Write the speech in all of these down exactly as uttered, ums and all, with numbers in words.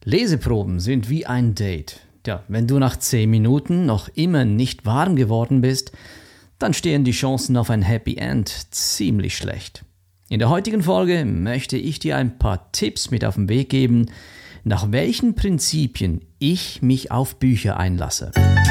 Leseproben sind wie ein Date. Ja, wenn du nach zehn Minuten noch immer nicht warm geworden bist, dann stehen die Chancen auf ein Happy End ziemlich schlecht. In der heutigen Folge möchte ich dir ein paar Tipps mit auf den Weg geben, nach welchen Prinzipien ich mich auf Bücher einlasse.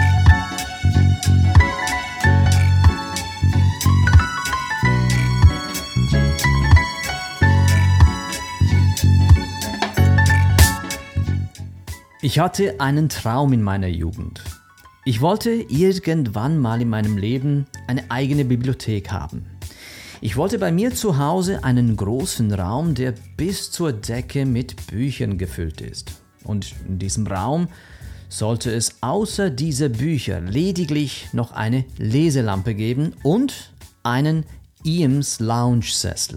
Ich hatte einen Traum in meiner Jugend. Ich wollte irgendwann mal in meinem Leben eine eigene Bibliothek haben. Ich wollte bei mir zu Hause einen großen Raum, der bis zur Decke mit Büchern gefüllt ist. Und in diesem Raum sollte es außer dieser Bücher lediglich noch eine Leselampe geben und einen Eames Lounge Sessel.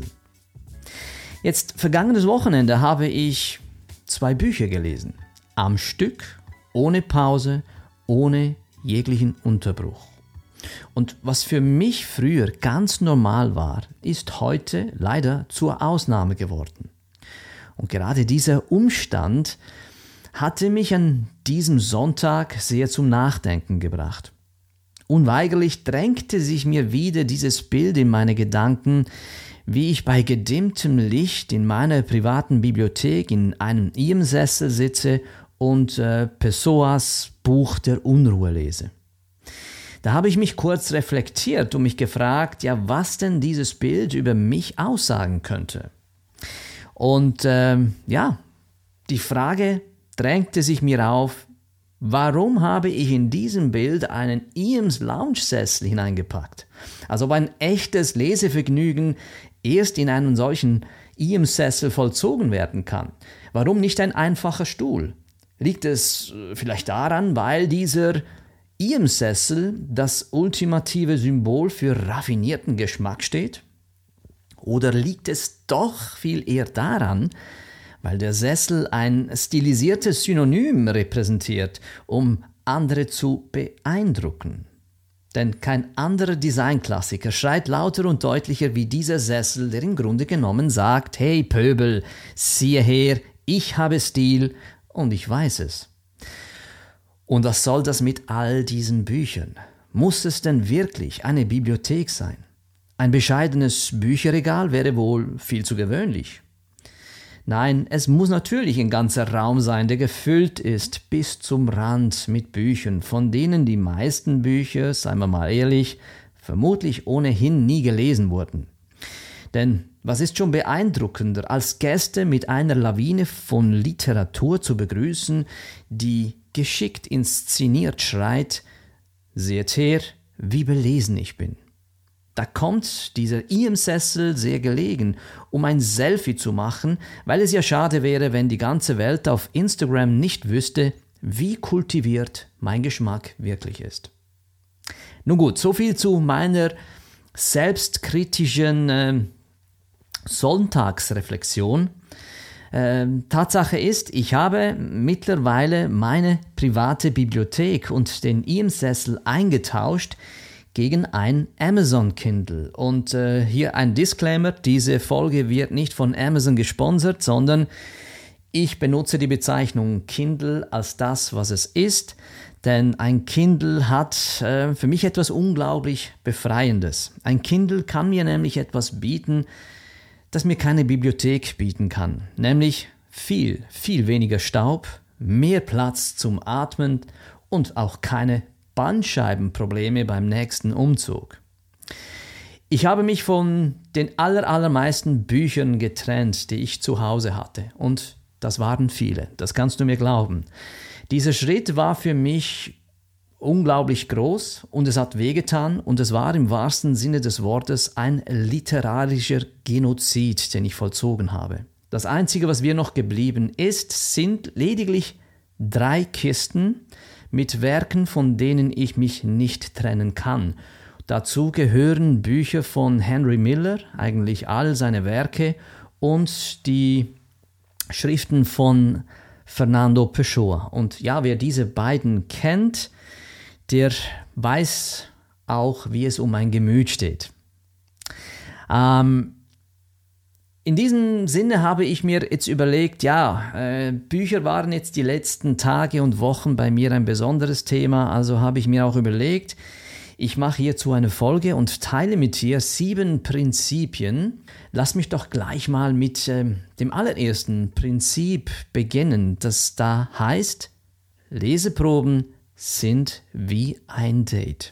Jetzt, vergangenes Wochenende habe ich zwei Bücher gelesen. Am Stück, ohne Pause, ohne jeglichen Unterbruch. Und was für mich früher ganz normal war, ist heute leider zur Ausnahme geworden. Und gerade dieser Umstand hatte mich an diesem Sonntag sehr zum Nachdenken gebracht. Unweigerlich drängte sich mir wieder dieses Bild in meine Gedanken, wie ich bei gedimmtem Licht in meiner privaten Bibliothek in einem Eames-Sessel sitze und äh, Pessoas Buch der Unruhe lese. Da habe ich mich kurz reflektiert und mich gefragt, ja, was denn dieses Bild über mich aussagen könnte. Und äh, ja, die Frage drängte sich mir auf, warum habe ich in diesem Bild einen Eames Lounge Sessel hineingepackt? Also ob ein echtes Lesevergnügen erst in einem solchen Eames Sessel vollzogen werden kann. Warum nicht ein einfacher Stuhl? Liegt es vielleicht daran, weil dieser Eames-Sessel das ultimative Symbol für raffinierten Geschmack steht? Oder liegt es doch viel eher daran, weil der Sessel ein stilisiertes Synonym repräsentiert, um andere zu beeindrucken? Denn kein anderer Designklassiker schreit lauter und deutlicher wie dieser Sessel, der im Grunde genommen sagt, hey Pöbel, siehe her, ich habe Stil, und ich weiß es. Und was soll das mit all diesen Büchern? Muss es denn wirklich eine Bibliothek sein? Ein bescheidenes Bücherregal wäre wohl viel zu gewöhnlich. Nein, es muss natürlich ein ganzer Raum sein, der gefüllt ist bis zum Rand mit Büchern, von denen die meisten Bücher, seien wir mal ehrlich, vermutlich ohnehin nie gelesen wurden. Denn was ist schon beeindruckender, als Gäste mit einer Lawine von Literatur zu begrüßen, die geschickt inszeniert schreit, seht her, wie belesen ich bin. Da kommt dieser Eames-Sessel sehr gelegen, um ein Selfie zu machen, weil es ja schade wäre, wenn die ganze Welt auf Instagram nicht wüsste, wie kultiviert mein Geschmack wirklich ist. Nun gut, so viel zu meiner selbstkritischen äh, Sonntagsreflexion. Ähm, Tatsache ist, ich habe mittlerweile meine private Bibliothek und den Eames-Sessel eingetauscht gegen ein Amazon Kindle. Und äh, hier ein Disclaimer, diese Folge wird nicht von Amazon gesponsert, sondern ich benutze die Bezeichnung Kindle als das, was es ist, denn ein Kindle hat äh, für mich etwas unglaublich Befreiendes. Ein Kindle kann mir nämlich etwas bieten, das mir keine Bibliothek bieten kann, nämlich viel, viel weniger Staub, mehr Platz zum Atmen und auch keine Bandscheibenprobleme beim nächsten Umzug. Ich habe mich von den aller, allermeisten Büchern getrennt, die ich zu Hause hatte, und das waren viele, das kannst du mir glauben. Dieser Schritt war für mich unglaublich groß und es hat wehgetan und es war im wahrsten Sinne des Wortes ein literarischer Genozid, den ich vollzogen habe. Das Einzige, was mir noch geblieben ist, sind lediglich drei Kisten mit Werken, von denen ich mich nicht trennen kann. Dazu gehören Bücher von Henry Miller, eigentlich all seine Werke, und die Schriften von Fernando Pessoa. Und ja, wer diese beiden kennt, der weiß auch, wie es um mein Gemüt steht. Ähm, In diesem Sinne habe ich mir jetzt überlegt, ja, äh, Bücher waren jetzt die letzten Tage und Wochen bei mir ein besonderes Thema, also habe ich mir auch überlegt, ich mache hierzu eine Folge und teile mit dir sieben Prinzipien. Lass mich doch gleich mal mit äh, dem allerersten Prinzip beginnen, das da heißt, Leseproben sind wie ein Date.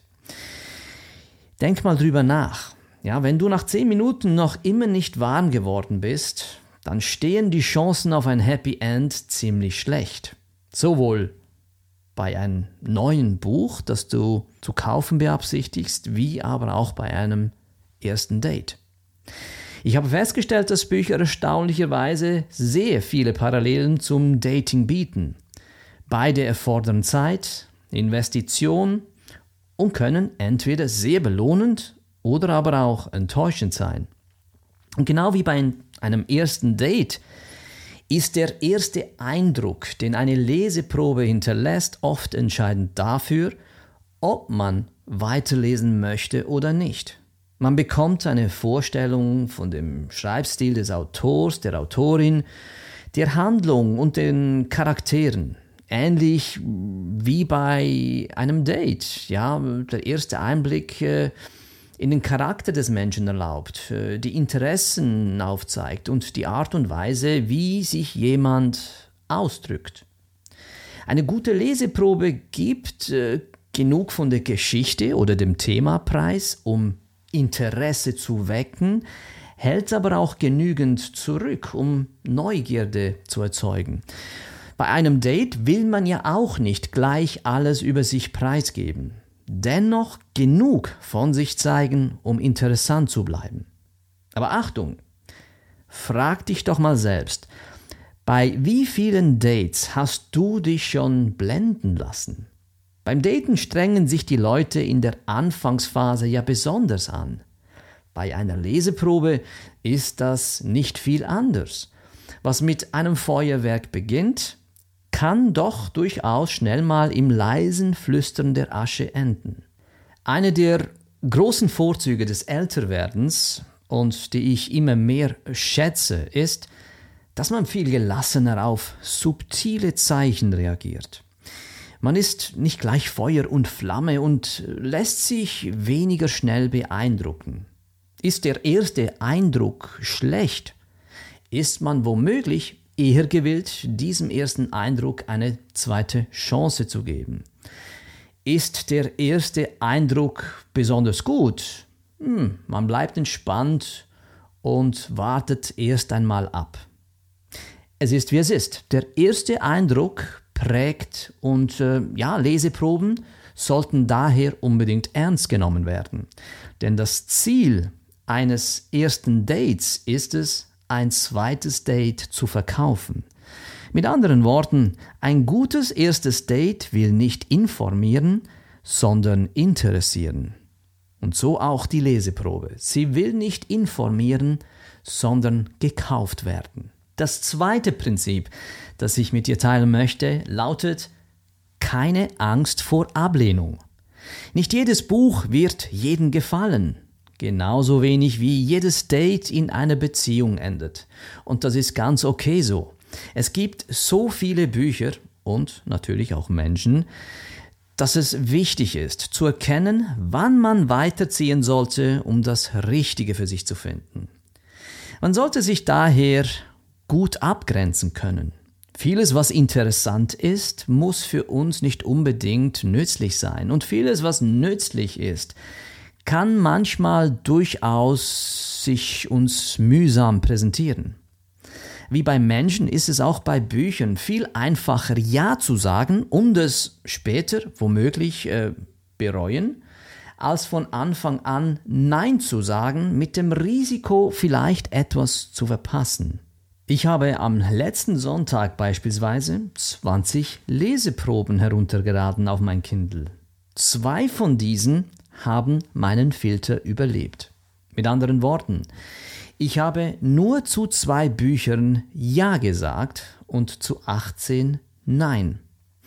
Denk mal drüber nach. Ja, wenn du nach zehn Minuten noch immer nicht warm geworden bist, dann stehen die Chancen auf ein Happy End ziemlich schlecht. Sowohl bei einem neuen Buch, das du zu kaufen beabsichtigst, wie aber auch bei einem ersten Date. Ich habe festgestellt, dass Bücher erstaunlicherweise sehr viele Parallelen zum Dating bieten. Beide erfordern Zeit, Investition und können entweder sehr belohnend oder aber auch enttäuschend sein. Und genau wie bei einem ersten Date ist der erste Eindruck, den eine Leseprobe hinterlässt, oft entscheidend dafür, ob man weiterlesen möchte oder nicht. Man bekommt eine Vorstellung von dem Schreibstil des Autors, der Autorin, der Handlung und den Charakteren. Ähnlich wie bei einem Date. Ja, der erste Einblick äh, in den Charakter des Menschen erlaubt, äh, die Interessen aufzeigt und die Art und Weise, wie sich jemand ausdrückt. Eine gute Leseprobe gibt äh, genug von der Geschichte oder dem Thema preis, um Interesse zu wecken, hält aber auch genügend zurück, um Neugierde zu erzeugen. Bei einem Date will man ja auch nicht gleich alles über sich preisgeben. Dennoch genug von sich zeigen, um interessant zu bleiben. Aber Achtung, frag dich doch mal selbst, bei wie vielen Dates hast du dich schon blenden lassen? Beim Daten strengen sich die Leute in der Anfangsphase ja besonders an. Bei einer Leseprobe ist das nicht viel anders. Was mit einem Feuerwerk beginnt, kann doch durchaus schnell mal im leisen Flüstern der Asche enden. Eine der großen Vorzüge des Älterwerdens und die ich immer mehr schätze, ist, dass man viel gelassener auf subtile Zeichen reagiert. Man ist nicht gleich Feuer und Flamme und lässt sich weniger schnell beeindrucken. Ist der erste Eindruck schlecht, ist man womöglich eher gewillt, diesem ersten Eindruck eine zweite Chance zu geben. Ist der erste Eindruck besonders gut? Hm, man bleibt entspannt und wartet erst einmal ab. Es ist, wie es ist. Der erste Eindruck prägt und äh, ja, Leseproben sollten daher unbedingt ernst genommen werden. Denn das Ziel eines ersten Dates ist es, ein zweites Date zu verkaufen. Mit anderen Worten, ein gutes erstes Date will nicht informieren, sondern interessieren. Und so auch die Leseprobe. Sie will nicht informieren, sondern gekauft werden. Das zweite Prinzip, das ich mit dir teilen möchte, lautet: keine Angst vor Ablehnung. Nicht jedes Buch wird jedem gefallen. Genauso wenig wie jedes Date in einer Beziehung endet. Und das ist ganz okay so. Es gibt so viele Bücher und natürlich auch Menschen, dass es wichtig ist, zu erkennen, wann man weiterziehen sollte, um das Richtige für sich zu finden. Man sollte sich daher gut abgrenzen können. Vieles, was interessant ist, muss für uns nicht unbedingt nützlich sein. Und vieles, was nützlich ist, kann manchmal durchaus sich uns mühsam präsentieren. Wie bei Menschen ist es auch bei Büchern viel einfacher, Ja zu sagen und es später womöglich äh, bereuen, als von Anfang an Nein zu sagen, mit dem Risiko, vielleicht etwas zu verpassen. Ich habe am letzten Sonntag beispielsweise zwanzig Leseproben heruntergeladen auf mein Kindle. Zwei von diesen haben meinen Filter überlebt. Mit anderen Worten, ich habe nur zu zwei Büchern Ja gesagt und zu achtzehn Nein.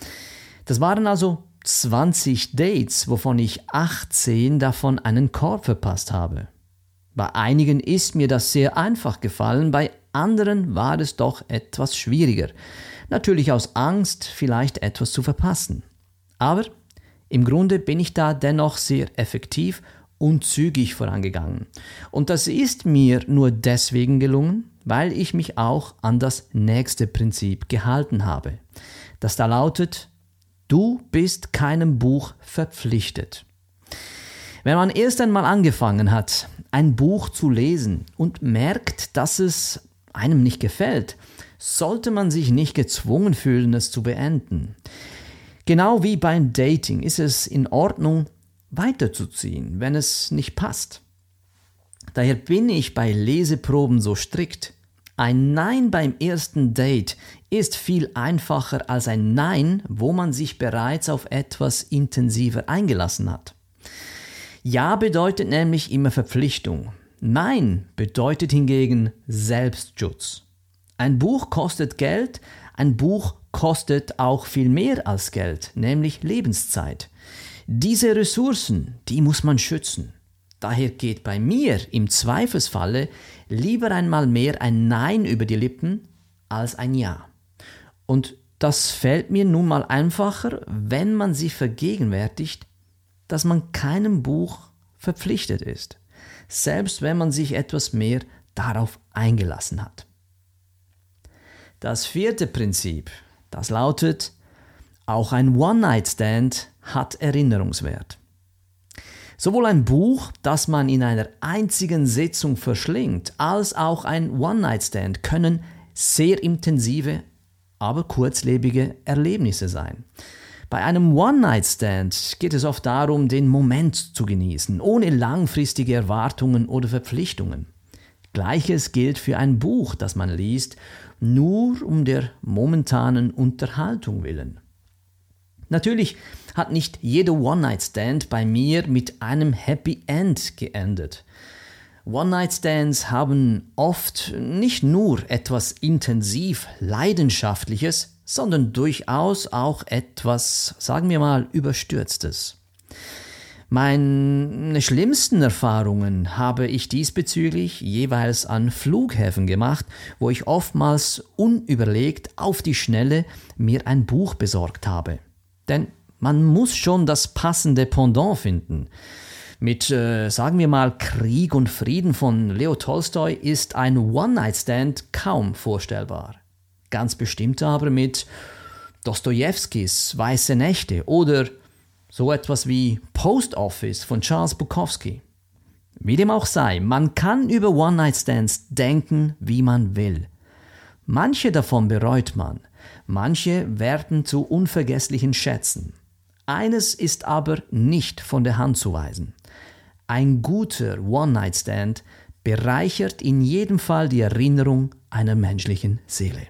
Das waren also zwanzig Dates, wovon ich achtzehn davon einen Korb verpasst habe. Bei einigen ist mir das sehr einfach gefallen, bei anderen war es doch etwas schwieriger. Natürlich aus Angst, vielleicht etwas zu verpassen. Aber im Grunde bin ich da dennoch sehr effektiv und zügig vorangegangen. Und das ist mir nur deswegen gelungen, weil ich mich auch an das nächste Prinzip gehalten habe. Das da lautet: Du bist keinem Buch verpflichtet. Wenn man erst einmal angefangen hat, ein Buch zu lesen und merkt, dass es einem nicht gefällt, sollte man sich nicht gezwungen fühlen, es zu beenden. Genau wie beim Dating ist es in Ordnung, weiterzuziehen, wenn es nicht passt. Daher bin ich bei Leseproben so strikt. Ein Nein beim ersten Date ist viel einfacher als ein Nein, wo man sich bereits auf etwas intensiver eingelassen hat. Ja bedeutet nämlich immer Verpflichtung. Nein bedeutet hingegen Selbstschutz. Ein Buch kostet Geld, ein Buch kostet auch viel mehr als Geld, nämlich Lebenszeit. Diese Ressourcen, die muss man schützen. Daher geht bei mir im Zweifelsfalle lieber einmal mehr ein Nein über die Lippen als ein Ja. Und das fällt mir nun mal einfacher, wenn man sich vergegenwärtigt, dass man keinem Buch verpflichtet ist, selbst wenn man sich etwas mehr darauf eingelassen hat. Das vierte Prinzip, das lautet: Auch ein One-Night-Stand hat Erinnerungswert. Sowohl ein Buch, das man in einer einzigen Sitzung verschlingt, als auch ein One-Night-Stand können sehr intensive, aber kurzlebige Erlebnisse sein. Bei einem One-Night-Stand geht es oft darum, den Moment zu genießen, ohne langfristige Erwartungen oder Verpflichtungen. Gleiches gilt für ein Buch, das man liest, nur um der momentanen Unterhaltung willen. Natürlich hat nicht jeder One-Night-Stand bei mir mit einem Happy End geendet. One-Night-Stands haben oft nicht nur etwas intensiv Leidenschaftliches, sondern durchaus auch etwas, sagen wir mal, Überstürztes. Meine schlimmsten Erfahrungen habe ich diesbezüglich jeweils an Flughäfen gemacht, wo ich oftmals unüberlegt auf die Schnelle mir ein Buch besorgt habe. Denn man muss schon das passende Pendant finden. Mit, äh, sagen wir mal, Krieg und Frieden von Leo Tolstoi ist ein One-Night-Stand kaum vorstellbar. Ganz bestimmt aber mit Dostojewskis Weiße Nächte oder so etwas wie Post Office von Charles Bukowski. Wie dem auch sei, man kann über One-Night-Stands denken, wie man will. Manche davon bereut man, manche werden zu unvergesslichen Schätzen. Eines ist aber nicht von der Hand zu weisen. Ein guter One-Night-Stand bereichert in jedem Fall die Erinnerung einer menschlichen Seele.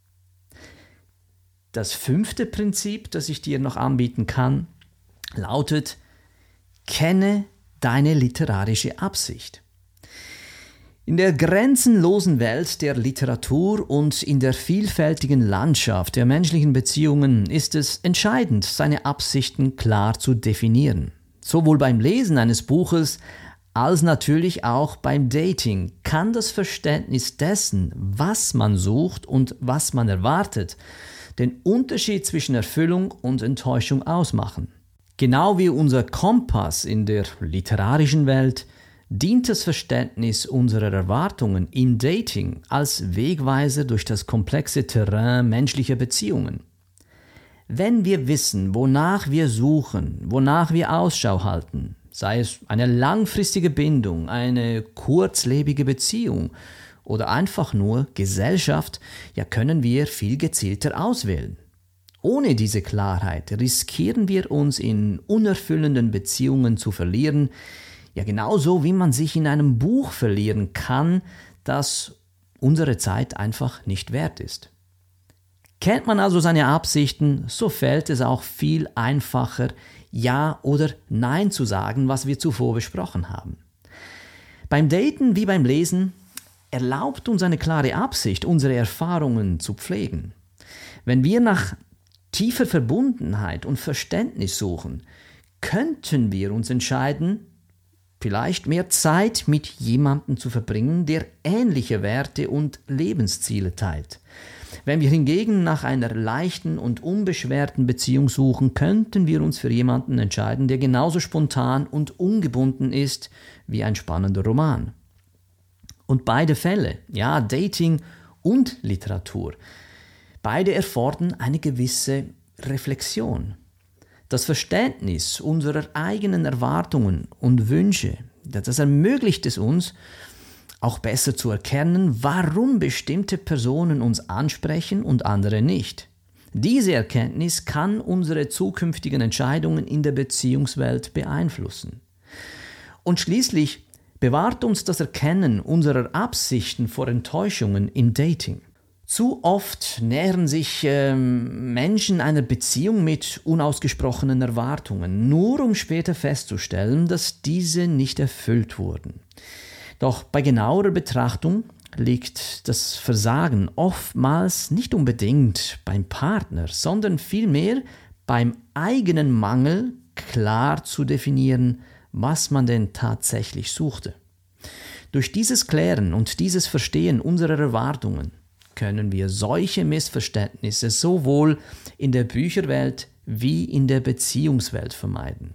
Das fünfte Prinzip, das ich dir noch anbieten kann, lautet: Kenne deine literarische Absicht. In der grenzenlosen Welt der Literatur und in der vielfältigen Landschaft der menschlichen Beziehungen ist es entscheidend, seine Absichten klar zu definieren. Sowohl beim Lesen eines Buches als natürlich auch beim Dating kann das Verständnis dessen, was man sucht und was man erwartet, den Unterschied zwischen Erfüllung und Enttäuschung ausmachen. Genau wie unser Kompass in der literarischen Welt dient das Verständnis unserer Erwartungen im Dating als Wegweiser durch das komplexe Terrain menschlicher Beziehungen. Wenn wir wissen, wonach wir suchen, wonach wir Ausschau halten, sei es eine langfristige Bindung, eine kurzlebige Beziehung oder einfach nur Gesellschaft, ja, können wir viel gezielter auswählen. Ohne diese Klarheit riskieren wir uns in unerfüllenden Beziehungen zu verlieren, ja genauso wie man sich in einem Buch verlieren kann, das unsere Zeit einfach nicht wert ist. Kennt man also seine Absichten, so fällt es auch viel einfacher, Ja oder Nein zu sagen, was wir zuvor besprochen haben. Beim Daten wie beim Lesen erlaubt uns eine klare Absicht, unsere Erfahrungen zu pflegen. Wenn wir nach tiefer Verbundenheit und Verständnis suchen, könnten wir uns entscheiden, vielleicht mehr Zeit mit jemandem zu verbringen, der ähnliche Werte und Lebensziele teilt. Wenn wir hingegen nach einer leichten und unbeschwerten Beziehung suchen, könnten wir uns für jemanden entscheiden, der genauso spontan und ungebunden ist wie ein spannender Roman. Und beide Fälle, ja, Dating und Literatur, beide erfordern eine gewisse Reflexion. Das Verständnis unserer eigenen Erwartungen und Wünsche, das ermöglicht es uns, auch besser zu erkennen, warum bestimmte Personen uns ansprechen und andere nicht. Diese Erkenntnis kann unsere zukünftigen Entscheidungen in der Beziehungswelt beeinflussen. Und schließlich bewahrt uns das Erkennen unserer Absichten vor Enttäuschungen im Dating. Zu oft nähern sich ähm, Menschen einer Beziehung mit unausgesprochenen Erwartungen, nur um später festzustellen, dass diese nicht erfüllt wurden. Doch bei genauerer Betrachtung liegt das Versagen oftmals nicht unbedingt beim Partner, sondern vielmehr beim eigenen Mangel, klar zu definieren, was man denn tatsächlich suchte. Durch dieses Klären und dieses Verstehen unserer Erwartungen können wir solche Missverständnisse sowohl in der Bücherwelt wie in der Beziehungswelt vermeiden.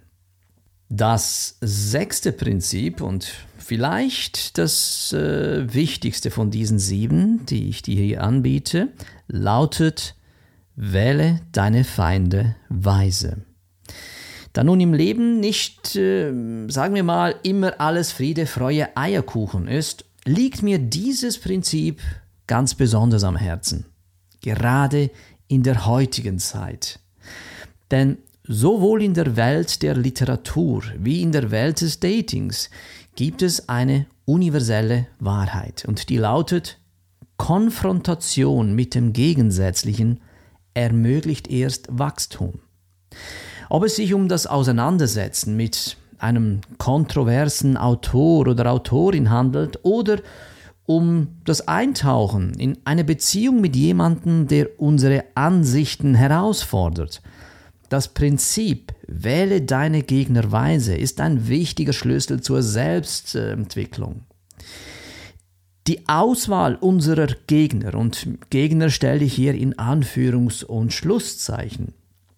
Das sechste Prinzip und vielleicht das äh, wichtigste von diesen sieben, die ich dir hier anbiete, lautet: Wähle deine Feinde weise. Da nun im Leben nicht, äh, sagen wir mal, immer alles Friede, Freude, Eierkuchen ist, liegt mir dieses Prinzip ganz besonders am Herzen. Gerade in der heutigen Zeit. Denn sowohl in der Welt der Literatur wie in der Welt des Datings gibt es eine universelle Wahrheit. Und die lautet: Konfrontation mit dem Gegensätzlichen ermöglicht erst Wachstum. Ob es sich um das Auseinandersetzen mit einem kontroversen Autor oder Autorin handelt oder um das Eintauchen in eine Beziehung mit jemandem, der unsere Ansichten herausfordert. Das Prinzip „Wähle deine Gegner weise“ ist ein wichtiger Schlüssel zur Selbstentwicklung. Die Auswahl unserer Gegner, und Gegner stelle ich hier in Anführungs- und Schlusszeichen,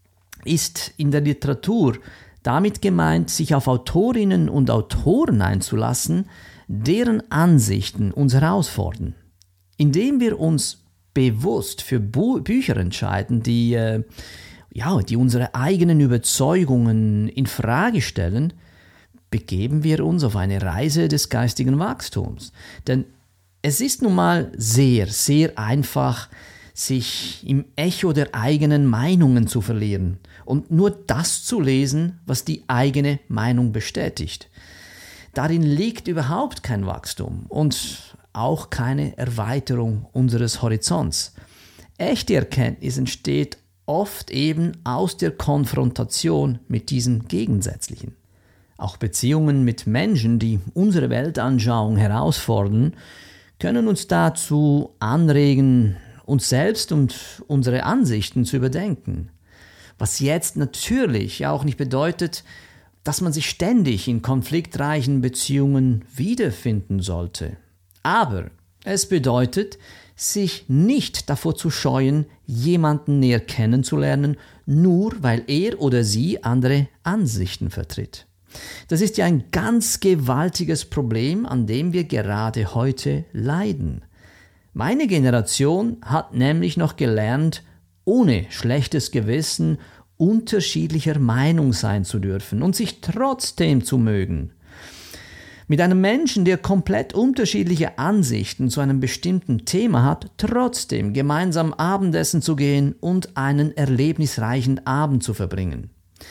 ist in der Literatur damit gemeint, sich auf Autorinnen und Autoren einzulassen, deren Ansichten uns herausfordern. Indem wir uns bewusst für Bu- Bücher entscheiden, die, äh, ja, die unsere eigenen Überzeugungen in Frage stellen, begeben wir uns auf eine Reise des geistigen Wachstums. Denn es ist nun mal sehr, sehr einfach, sich im Echo der eigenen Meinungen zu verlieren und nur das zu lesen, was die eigene Meinung bestätigt. Darin liegt überhaupt kein Wachstum und auch keine Erweiterung unseres Horizonts. Echte Erkenntnis entsteht oft eben aus der Konfrontation mit diesem Gegensätzlichen. Auch Beziehungen mit Menschen, die unsere Weltanschauung herausfordern, können uns dazu anregen, uns selbst und unsere Ansichten zu überdenken. Was jetzt natürlich auch nicht bedeutet, dass man sich ständig in konfliktreichen Beziehungen wiederfinden sollte. Aber es bedeutet, sich nicht davor zu scheuen, jemanden näher kennenzulernen, nur weil er oder sie andere Ansichten vertritt. Das ist ja ein ganz gewaltiges Problem, an dem wir gerade heute leiden. Meine Generation hat nämlich noch gelernt, ohne schlechtes Gewissen unterschiedlicher Meinung sein zu dürfen und sich trotzdem zu mögen. Mit einem Menschen, der komplett unterschiedliche Ansichten zu einem bestimmten Thema hat, trotzdem gemeinsam Abendessen zu gehen und einen erlebnisreichen Abend zu verbringen.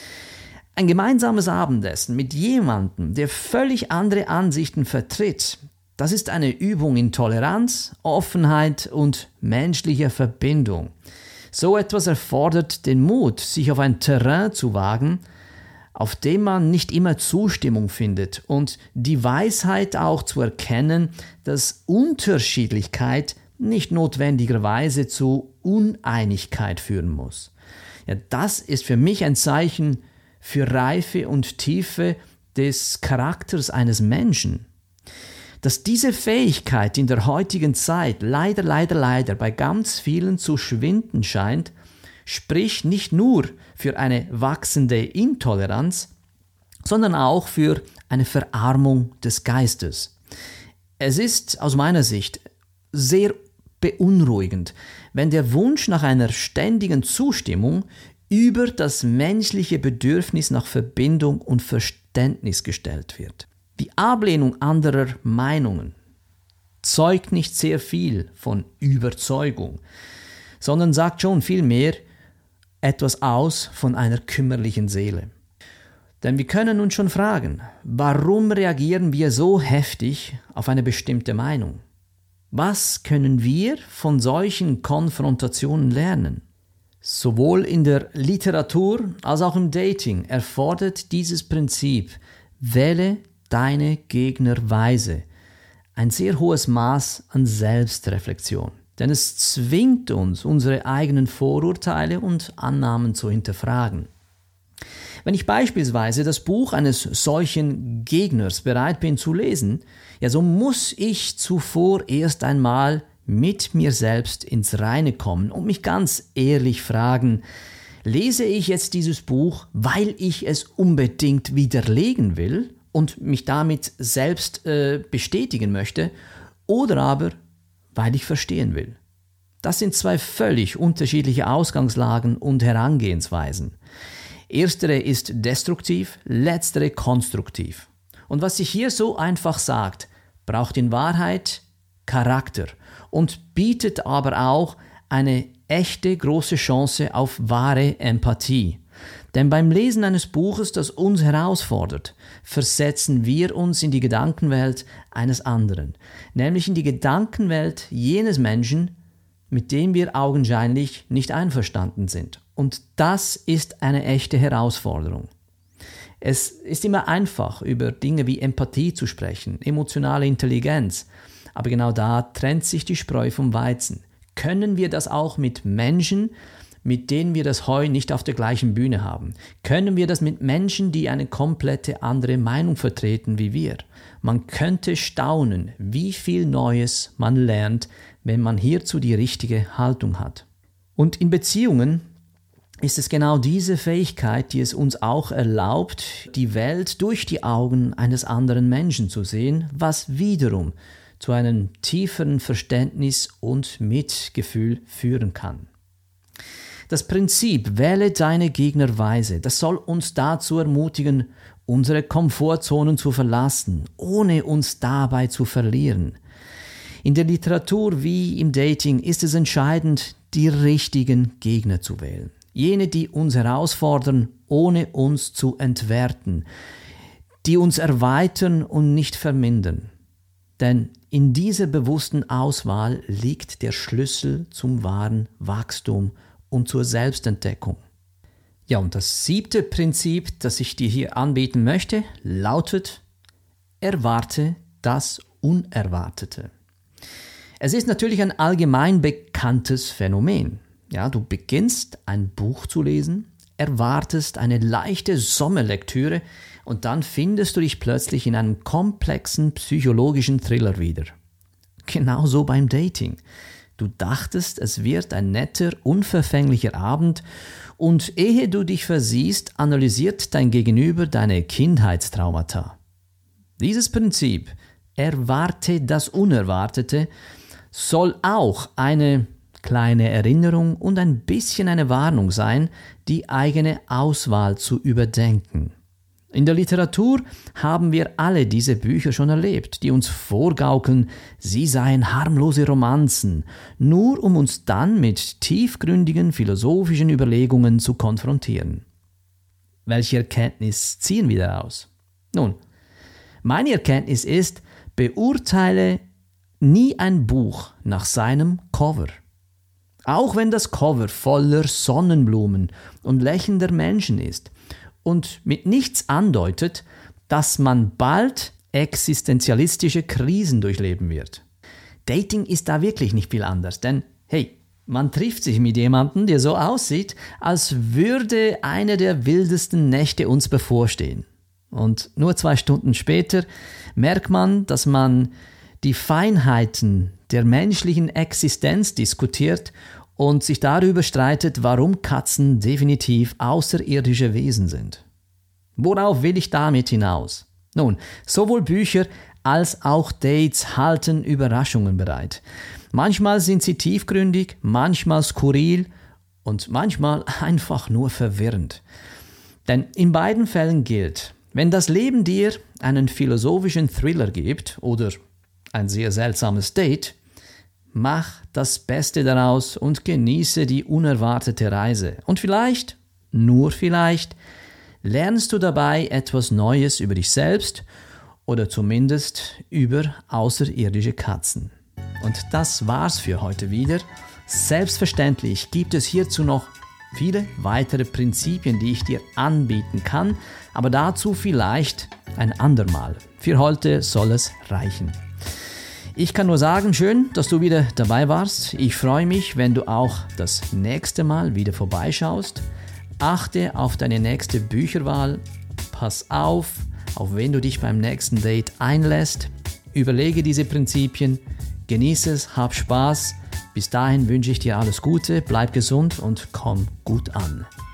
Ein gemeinsames Abendessen mit jemandem, der völlig andere Ansichten vertritt, das ist eine Übung in Toleranz, Offenheit und menschlicher Verbindung. So etwas erfordert den Mut, sich auf ein Terrain zu wagen, auf dem man nicht immer Zustimmung findet, und die Weisheit auch zu erkennen, dass Unterschiedlichkeit nicht notwendigerweise zu Uneinigkeit führen muss. Ja, das ist für mich ein Zeichen für Reife und Tiefe, des Charakters eines Menschen. Dass diese Fähigkeit in der heutigen Zeit leider, leider, leider bei ganz vielen zu schwinden scheint, spricht nicht nur für eine wachsende Intoleranz, sondern auch für eine Verarmung des Geistes. Es ist aus meiner Sicht sehr beunruhigend, wenn der Wunsch nach einer ständigen Zustimmung über das menschliche Bedürfnis nach Verbindung und Verständnis gestellt wird. Die Ablehnung anderer Meinungen zeugt nicht sehr viel von Überzeugung, sondern sagt schon vielmehr etwas aus von einer kümmerlichen Seele. Denn wir können uns schon fragen, warum reagieren wir so heftig auf eine bestimmte Meinung? Was können wir von solchen Konfrontationen lernen? Sowohl in der Literatur als auch im Dating erfordert dieses Prinzip, wähle deine Gegner weise, ein sehr hohes Maß an Selbstreflexion. Denn es zwingt uns, unsere eigenen Vorurteile und Annahmen zu hinterfragen. Wenn ich beispielsweise das Buch eines solchen Gegners bereit bin zu lesen, ja, so muss ich zuvor erst einmal mit mir selbst ins Reine kommen und mich ganz ehrlich fragen, lese ich jetzt dieses Buch, weil ich es unbedingt widerlegen will und mich damit selbst äh, bestätigen möchte, oder aber weil ich verstehen will? Das sind zwei völlig unterschiedliche Ausgangslagen und Herangehensweisen. Erstere ist destruktiv, letztere konstruktiv. Und was sich hier so einfach sagt, braucht in Wahrheit Charakter und bietet aber auch eine echte große Chance auf wahre Empathie. Denn beim Lesen eines Buches, das uns herausfordert, versetzen wir uns in die Gedankenwelt eines anderen, nämlich in die Gedankenwelt jenes Menschen, mit dem wir augenscheinlich nicht einverstanden sind. Und das ist eine echte Herausforderung. Es ist immer einfach, über Dinge wie Empathie zu sprechen, emotionale Intelligenz, aber genau da trennt sich die Spreu vom Weizen. Können wir das auch mit Menschen, mit denen wir das Heu nicht auf der gleichen Bühne haben? Können wir das mit Menschen, die eine komplette andere Meinung vertreten wie wir? Man könnte staunen, wie viel Neues man lernt, wenn man hierzu die richtige Haltung hat. Und in Beziehungen ist es genau diese Fähigkeit, die es uns auch erlaubt, die Welt durch die Augen eines anderen Menschen zu sehen, was wiederum zu einem tieferen Verständnis und Mitgefühl führen kann. Das Prinzip „Wähle deine Gegner weise“, das soll uns dazu ermutigen, unsere Komfortzonen zu verlassen, ohne uns dabei zu verlieren. In der Literatur wie im Dating ist es entscheidend, die richtigen Gegner zu wählen. Jene, die uns herausfordern, ohne uns zu entwerten, die uns erweitern und nicht vermindern. Denn in dieser bewussten Auswahl liegt der Schlüssel zum wahren Wachstum und zur Selbstentdeckung. Ja, und das siebte Prinzip, das ich dir hier anbieten möchte, lautet: Erwarte das Unerwartete. Es ist natürlich ein allgemein bekanntes Phänomen. Ja, du beginnst ein Buch zu lesen, erwartest eine leichte Sommerlektüre und dann findest du dich plötzlich in einem komplexen psychologischen Thriller wieder. Genauso beim Dating. Du dachtest, es wird ein netter, unverfänglicher Abend und ehe du dich versiehst, analysiert dein Gegenüber deine Kindheitstraumata. Dieses Prinzip, erwarte das Unerwartete, soll auch eine kleine Erinnerung und ein bisschen eine Warnung sein, die eigene Auswahl zu überdenken. In der Literatur haben wir alle diese Bücher schon erlebt, die uns vorgaukeln, sie seien harmlose Romanzen, nur um uns dann mit tiefgründigen philosophischen Überlegungen zu konfrontieren. Welche Erkenntnis ziehen wir daraus? Nun, meine Erkenntnis ist, beurteile nie ein Buch nach seinem Cover. Auch wenn das Cover voller Sonnenblumen und lächelnder Menschen ist und mit nichts andeutet, dass man bald existenzialistische Krisen durchleben wird. Dating ist da wirklich nicht viel anders, denn hey, man trifft sich mit jemandem, der so aussieht, als würde eine der wildesten Nächte uns bevorstehen. Und nur zwei Stunden später merkt man, dass man die Feinheiten der menschlichen Existenz diskutiert und sich darüber streitet, warum Katzen definitiv außerirdische Wesen sind. Worauf will ich damit hinaus? Nun, sowohl Bücher als auch Dates halten Überraschungen bereit. Manchmal sind sie tiefgründig, manchmal skurril und manchmal einfach nur verwirrend. Denn in beiden Fällen gilt, wenn das Leben dir einen philosophischen Thriller gibt oder ein sehr seltsames Date, mach das Beste daraus und genieße die unerwartete Reise. Und vielleicht, nur vielleicht, lernst du dabei etwas Neues über dich selbst oder zumindest über außerirdische Katzen. Und das war's für heute wieder. Selbstverständlich gibt es hierzu noch viele weitere Prinzipien, die ich dir anbieten kann, aber dazu vielleicht ein andermal. Für heute soll es reichen. Ich kann nur sagen, schön, dass du wieder dabei warst. Ich freue mich, wenn du auch das nächste Mal wieder vorbeischaust. Achte auf deine nächste Bücherwahl. Pass auf, auf wen du dich beim nächsten Date einlässt. Überlege diese Prinzipien, genieße es, hab Spaß. Bis dahin wünsche ich dir alles Gute, bleib gesund und komm gut an.